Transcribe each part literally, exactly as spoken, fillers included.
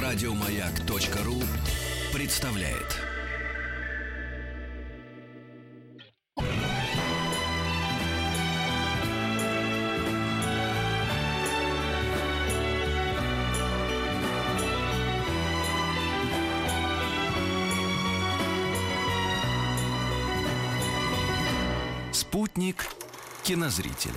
Радиомаяк.ру представляет. Спутник кинозрителя.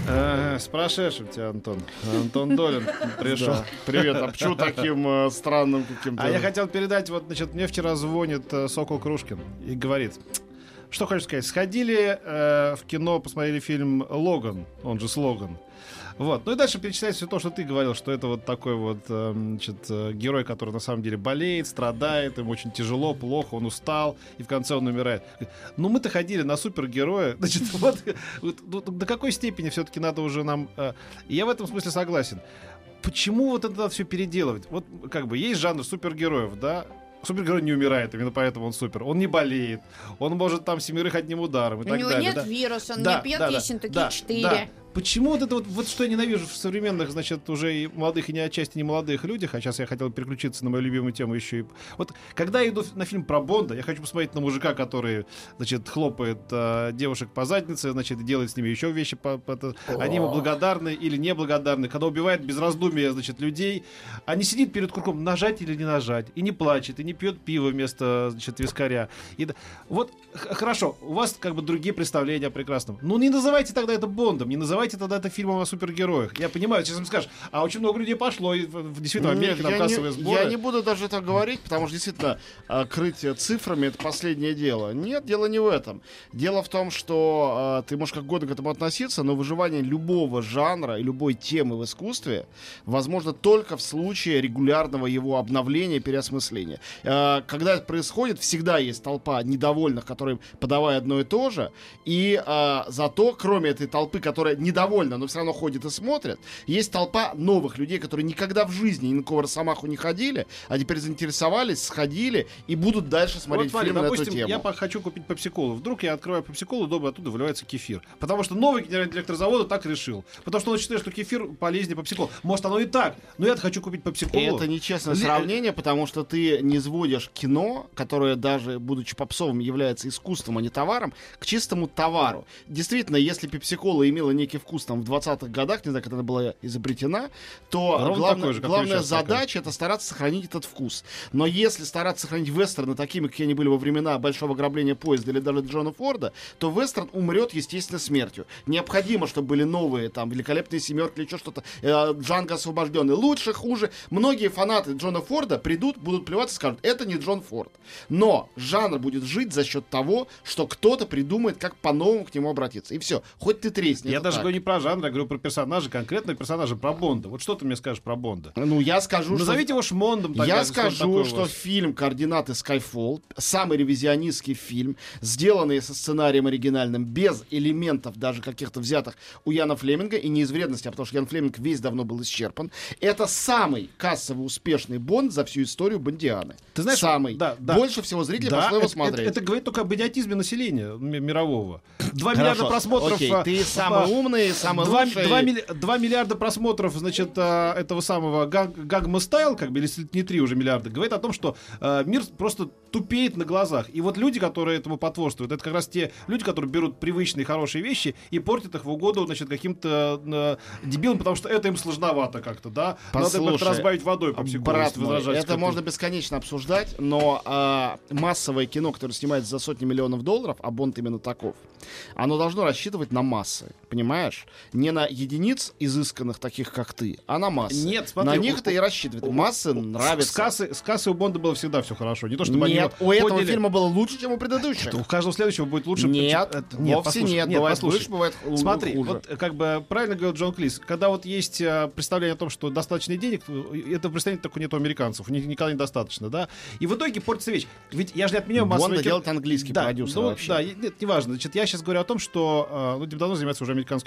А, с прошедшим тебя, Антон. Антон Долин пришел. Да. Привет, а почему таким э, странным каким-то? А я хотел передать, вот, значит, мне вчера звонит э, Сокол Крушкин и говорит: что хочу сказать, сходили э, в кино, посмотрели фильм «Логан», он же «Слоган». Вот. Ну и дальше перечислять все то, что ты говорил, что это вот такой вот э, значит, э, герой, который на самом деле болеет, страдает, ему очень тяжело, плохо, он устал, и в конце он умирает. Ну мы-то ходили на супергероя, значит, вот, вот, вот до какой степени все-таки надо уже нам... Э, и я в этом смысле согласен. Почему вот это надо все переделывать? Вот как бы есть жанр супергероев, да? Супергерой не умирает, именно поэтому он супер. Он не болеет, он может там семерых одним ударом и У так него далее. нет Да? вируса, он Да, не пьет да, да, Ессентуки да, четыре. да. Почему вот это вот, вот что я ненавижу в современных, значит, уже и молодых, и не отчасти не молодых людях, а сейчас я хотел переключиться на мою любимую тему еще и... Вот когда я иду на фильм про Бонда, я хочу посмотреть на мужика, который, значит, хлопает э, девушек по заднице, значит, и делает с ними еще вещи, по, по, по, они ему благодарны или неблагодарны, когда убивает без раздумия, значит, людей, а не сидит перед курком, нажать или не нажать, и не плачет, и не пьет пиво вместо, значит, вискаря. И, вот, х- хорошо, у вас как бы другие представления о прекрасном. Ну не называйте тогда это Бондом, не называйте тогда это фильмом о супергероях. Я понимаю, сейчас им скажешь, а очень много людей пошло, и в- действительно, в Америке Нет, там я, кассовые не, сборы. я не буду даже это говорить, потому что действительно а, крыть цифрами — это последнее дело. Нет, дело не в этом. Дело в том, что а, ты можешь как угодно к этому относиться, но выживание любого жанра и любой темы в искусстве возможно только в случае регулярного его обновления, переосмысления. А, когда это происходит, всегда есть толпа недовольных, которые подавают одно и то же, и а, зато, кроме этой толпы, которая недовольна, но все равно ходит и смотрит, есть толпа новых людей, которые никогда в жизни ни на какого росомаху не ходили, а теперь заинтересовались, сходили и будут дальше смотреть вот, смотри, фильмы на эту допустим, тему. я по- хочу купить пепси-колу. Вдруг я открываю пепси-колу, дома оттуда выливается кефир. Потому что новый генеральный директор завода так решил. Потому что он считает, что кефир полезнее пепси-колы. Может, оно и так, но я хочу купить пепси-колу. И это нечестное Ли- сравнение, потому что ты не сводишь кино, которое даже, будучи попсовым, является искусством, а не товаром, к чистому товару. Действительно, если пепси-кола имела некий вкус там в двадцатых годах, не знаю, когда она была изобретена, то Ровно главное- такой же, как и главная сейчас пока. задача — это стараться сохранить этот вкус. Но если стараться сохранить вестерны такими, какие они были во времена большого ограбления поезда или даже Джона Форда, то вестерн умрет естественной смертью. Необходимо, чтобы были новые, там, великолепные семерки или еще что-то, э, Джанго освобожденный. Лучше, хуже. Многие фанаты Джона Форда придут, будут плеваться и скажут: это не Джон Форд. Но жанр будет жить за счет того, что кто-то придумает, как по-новому к нему обратиться. И все. Хоть ты тресни. Я это даже так. говорю не про жанр, я говорю про персонажа, конкретного персонажа, про Бонда. Вот что ты мне скажешь про Бонда? Ну, я скажу, что... Назовите его Шмондом. тогда, Я если он скажу, такой у что вас. фильм «Координаты Skyfall» самый ревизионистский фильм, сделанный со сценарием оригинальным, без элементов даже каких-то взятых у Яна Флеминга, и не из вредности, а потому что Ян Флеминг весь давно был исчерпан. Это самый кассово успешный Бонд за всю историю Бондианы. Ты знаешь, самый. да, да. Больше всего зрителей Да, пошло его это, смотреть. это, это говорит только об идиотизме населения ми- мирового. Два Хорошо, миллиарда просмотров. окей, а, ты а, самый умный, самый два, лучший. два милли- два миллиарда просмотров, значит, а, этого самого Гагма Стайл, как бы, или если не три уже миллиарда, говорит о том, что а, мир просто тупеет на глазах. И вот люди, которые этому потворствуют, это как раз те люди, которые берут привычные хорошие вещи и портят их в угоду, значит, каким-то а, дебилам, потому что это им сложновато как-то, да? Надо Послушай, как-то разбавить водой по Брат мой, это можно бесконечно обсуждать, но а, массовое кино, которое снимается за сотни миллионов долларов, а Бонд именно таков, оно должно рассчитывать на массы, понимаешь? Не на единиц изысканных, таких как ты, а на массы. Нет, смотри, на у- них-то и рассчитывает. Массы С нравятся. кассы, с кассы у Бонда было всегда все хорошо. Не то, чтобы Нет, они у этого подняли- фильма было лучше, чем у предыдущих. Это у каждого следующего будет лучше. Нет, Это- вовсе послушай, нет. Бывает послушай. выше, бывает ху- Смотри, хуже. вот как бы правильно говорил Джон Клис, когда вот есть э, представление о том, что достаточно денег, э, это представление только нет у американцев, у них никогда недостаточно, да, и в итоге портится вещь. Ведь я же не отменяю массовое Бонда кино. делает английский Да, продюсер ну, вообще. да, и- нет, неважно. Значит, я сейчас говорю о том, что э, ну, давно занимается уже американское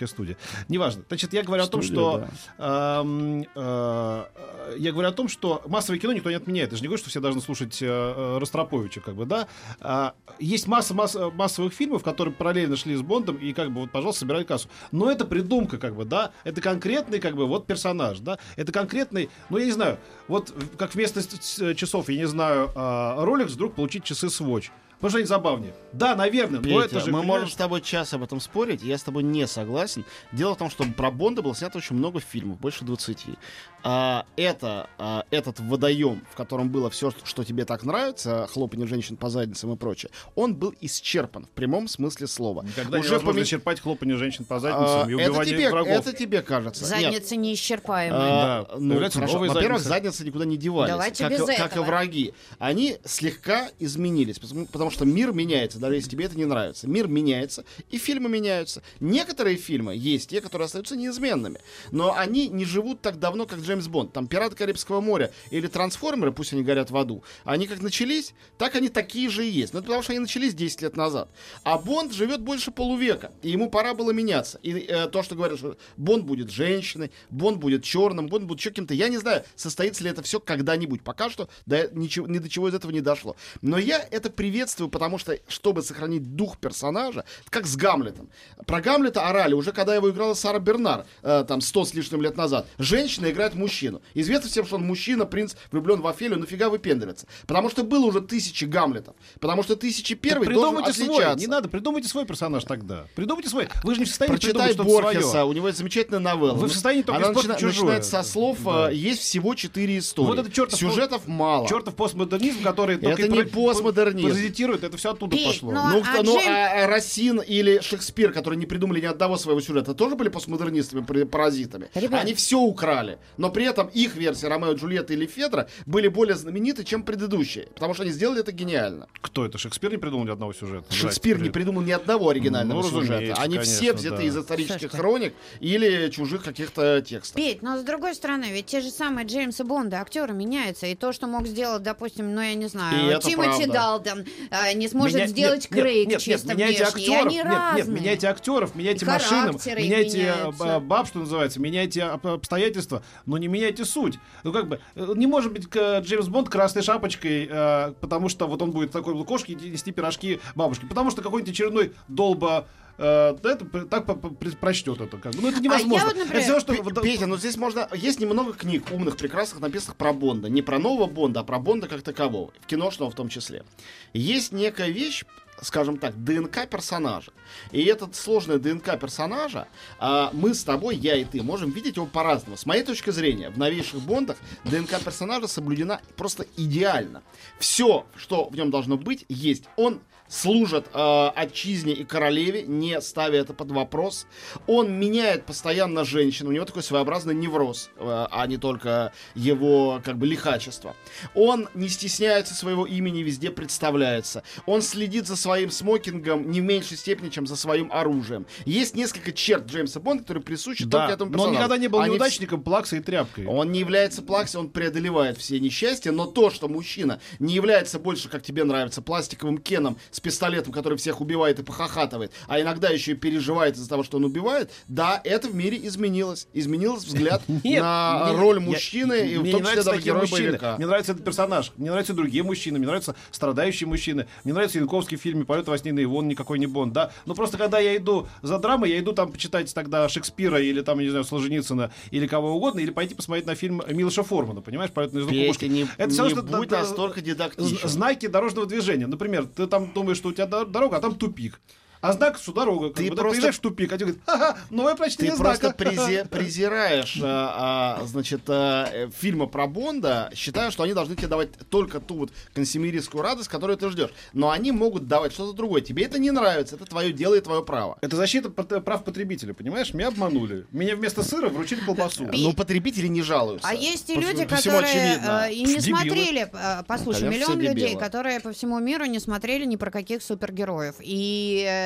студия. Неважно. Значит, я говорю Студия, о том, что... да. эм, э, я говорю о том, что массовое кино никто не отменяет. Я же не говорю, что все должны слушать э, Ростроповича, как бы, да. А, есть масса, масса массовых фильмов, которые параллельно шли с Бондом, и, как бы, вот, пожалуйста, собирали кассу. Но это придумка, как бы, да. Это конкретный, как бы, вот персонаж, да. Это конкретный, ну, я не знаю, вот как вместо часов, я не знаю, Rolex вдруг получить часы Swatch. Потому что они забавнее. Да, наверное, Петя, но это же... мы понимаешь, можем с тобой час об этом спорить, я с тобой не согласен. Дело в том, что про Бонда было снято очень много фильмов, больше двадцати. А, это, а, этот водоем, в котором было все, что тебе так нравится, хлопанье женщин по задницам и прочее, он был исчерпан в прямом смысле слова. Никогда Уже невозможно помен- исчерпать хлопанье женщин по задницам А, и это, убивание тебе, врагов. это тебе кажется. Нет. Задницы неисчерпаемые. А, Да. ну, Появляются хорошо. новые Во-первых, задницы. задницы никуда не девались, Давайте как, без и- как и этого. враги. Они слегка изменились, потому, потому что мир меняется, даже если тебе это не нравится. Мир меняется, и фильмы меняются. Некоторые фильмы есть те, которые остаются неизменными, но они не живут так давно, как Джеймс Бонд. Там «Пираты Карибского моря» или «Трансформеры», пусть они горят в аду, они как начались, так они такие же и есть. Но это потому что они начались десять лет назад. А Бонд живет больше полувека, и ему пора было меняться. И э, то, что говорят, что Бонд будет женщиной, Бонд будет черным, Бонд будет еще кем-то, я не знаю, состоится ли это все когда-нибудь. Пока что до, ничего, ни до чего из этого не дошло. Но я это приветствую, потому что, чтобы сохранить дух персонажа, как с Гамлетом. Про Гамлета орали уже, когда его играла Сара Бернар, э, там, сто с лишним лет назад. Женщина играет мужчину. Известно всем, что он мужчина, принц, влюблен в Офелию, нафига выпендриваться? Потому что было уже тысячи Гамлетов. Потому что тысячи первый Так должен придумайте свой, отличаться. не надо, придумайте свой персонаж тогда. Придумайте свой. Вы же не в состоянии Прочитай придумать что-то Борхеса, свое. у него есть замечательная новелла. Вы в состоянии только Она испортить начина- чужое. начинается со слов, Да. э, есть всего четыре истории. Вот это чертов Сюжетов мало. Чертов постмодернизм, который только Это и не про- постмодернизм. паразитирует, это все оттуда Петь, пошло. но- Ну, А кто, ну, Джейм- а, а Рассин или Шекспир, которые не придумали ни одного своего сюжета, тоже были постмодернистами, пар- паразитами. Ребят. Они все украли. Но при этом их версии Ромео и Джульетта или Федра были более знамениты, чем предыдущие. Потому что они сделали это гениально. Кто это? Шекспир не придумал ни одного сюжета. Шекспир Здрасте, не придумал ни одного оригинального Ну, сюжета. разумеется, Они конечно, все взяты да. из исторических Слушайте. хроник или чужих каких-то текстов. Петь, но с другой стороны, ведь те же самые Джеймса Бонда, актеры меняются, и то, что мог сделать, допустим, ну я не И знаю, это Тимоти правда. Далтон, э, не сможет Меня- сделать нет, нет, Крейг нет, чисто нет, меняйте внешне, и актеров, они нет, разные. нет, меняйте актеров, меняйте И машины, характеры их меняйте меняются. э, баб, что называется, меняйте об- обстоятельства, но не меняйте суть. Ну как бы э, не может быть к- Джеймс Бонд красной шапочкой, э, потому что вот он будет в такой лукошке нести пирожки бабушке, потому что какой-нибудь очередной долба э, это, п- так по- по- прочтет это как бы. Ну это невозможно. вот, например, Это всё, что- Пе- вот- Петя, ну здесь можно... Есть немного книг умных, прекрасных, написанных про Бонда. Не про нового Бонда, а про Бонда как такового. В киношного в том числе. Есть некая вещь, скажем так, ДНК персонажа. И этот сложный ДНК персонажа а, мы с тобой, я и ты, можем видеть его по-разному. С моей точки зрения, в новейших Бондах ДНК персонажа соблюдена просто идеально. Все, что в нем должно быть, есть. Он служит э, отчизне и королеве, не ставя это под вопрос. Он меняет постоянно женщин. У него такой своеобразный невроз, э, а не только его как бы лихачество. Он не стесняется своего имени, везде представляется. Он следит за своим смокингом не в меньшей степени, чем за своим оружием. Есть несколько черт Джеймса Бонда, которые присущи Да, только этому но он персонажу. никогда не был Они неудачником, плаксой и тряпкой. он не является плаксой, он преодолевает все несчастья, но то, что мужчина не является больше, как тебе нравится, пластиковым Кеном с пистолетом, который всех убивает и похохатывает, а иногда еще и переживает из-за того, что он убивает, да, это в мире изменилось. Изменился взгляд Нет, на мне- роль я- мужчины, и в мне том не числе нравятся даже такие героя мужчины. боевика. Мне нравится этот персонаж. Мне нравятся другие мужчины. Мне нравятся страдающие мужчины. Мне нравится Янковский в фильме «Полет во сне наяву», он никакой не Бонд, да. Но просто когда я иду за драмой, я иду там почитать тогда Шекспира или там, я не знаю, Солженицына или кого угодно, или пойти посмотреть на фильм Милоша Формана, понимаешь, «Полет на Петя, не, Это всё, не что- будь да, да, настолько з- дидактичен. знаки дорожного движения. Например, ты там думаешь, что у тебя дор- дорога, а там тупик. А знак, что дорога. Как Ты бы, просто- ты приезжаешь в тупик, а тебе говорят, ага, новое Ты прочтение просто знака. презе- презираешь, а, а, значит, а, э, фильмы про Бонда, считая, что они должны тебе давать только ту вот консюмеристскую радость, которую ты ждешь. Но они могут давать что-то другое. Тебе это не нравится, это твое дело и твое право. Это защита пот- прав потребителя, понимаешь? Меня обманули. Мне вместо сыра вручили колбасу. Но потребители не жалуются. А есть и По- люди, по всему которые очевидно. э, и не Дебилы. смотрели, э, послушай, Конечно, миллион все людей, дебилы. которые по всему миру не смотрели ни про каких супергероев. И э,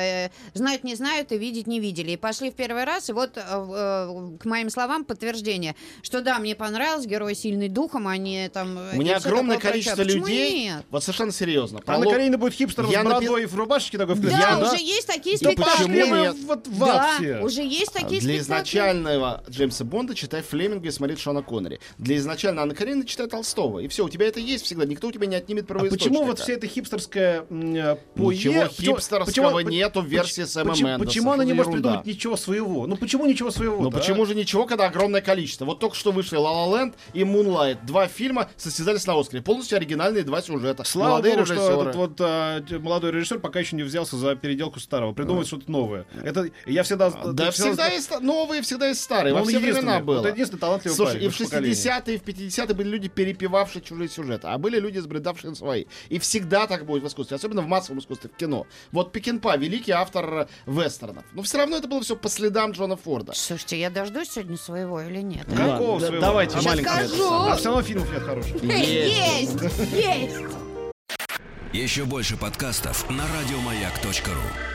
э, знают не знают и видеть не видели. И пошли в первый раз, и вот э, э, к моим словам подтверждение, что да, мне понравилось, герой сильный духом, они там... У меня огромное количество людей, нет? вот совершенно серьезно. Там на Каренина будет хипстер Я с бородой и в рубашечке такой в Да, я, уже есть такие Да спектакли. почему нет? Вот в Да, ад все. уже есть такие Для спектакли. изначального Джеймса Бонда читай Флеминга и смотри Шона Коннери. Для изначально Анны Каренина читай Толстого. И все, у тебя это есть всегда. Никто у тебя не отнимет А правоисточника. почему вот вся эта хипстерская м, пое... Ничего почему- хипстерского почему- нету в версии поч- Сэма почему, Мендеса. Почему она Что не за может ерунда? придумать ничего своего? Ну почему ничего своего? Ну почему же ничего, когда огромное количество? Вот только что вышли «Ла Ла Ленд» и «Мунлайт». Два фильма состязались на Оскаре. Полностью оригинальные два сюжета. Слава Молодые богу, что режиссеры. этот вот а, т- молодой режиссер пока еще не взялся за переделку старого. Придумывает что-то новое. Это я всегда... Да, я всегда есть новые, всегда есть старые. Он Во все единственный. времена было. Вот единственный талантливый Слушай, парень и в в поколении. шестидесятые, и в пятидесятые были люди, перепевавшие чужие сюжеты, а были люди, сбредавшие свои. И всегда так будет в искусстве, особенно в массовом искусстве, в кино. Вот Пекинпа, великий автор вестернов. Но все равно это было все по следам Джона Форда. Слушайте, я дождусь сегодня своего или нет? а? Какого Ладно, своего? давайте А маленький скажу. это самое. А все равно фильмов нет хороших. Есть! Есть! Еще больше подкастов на радиомаяк точка ру.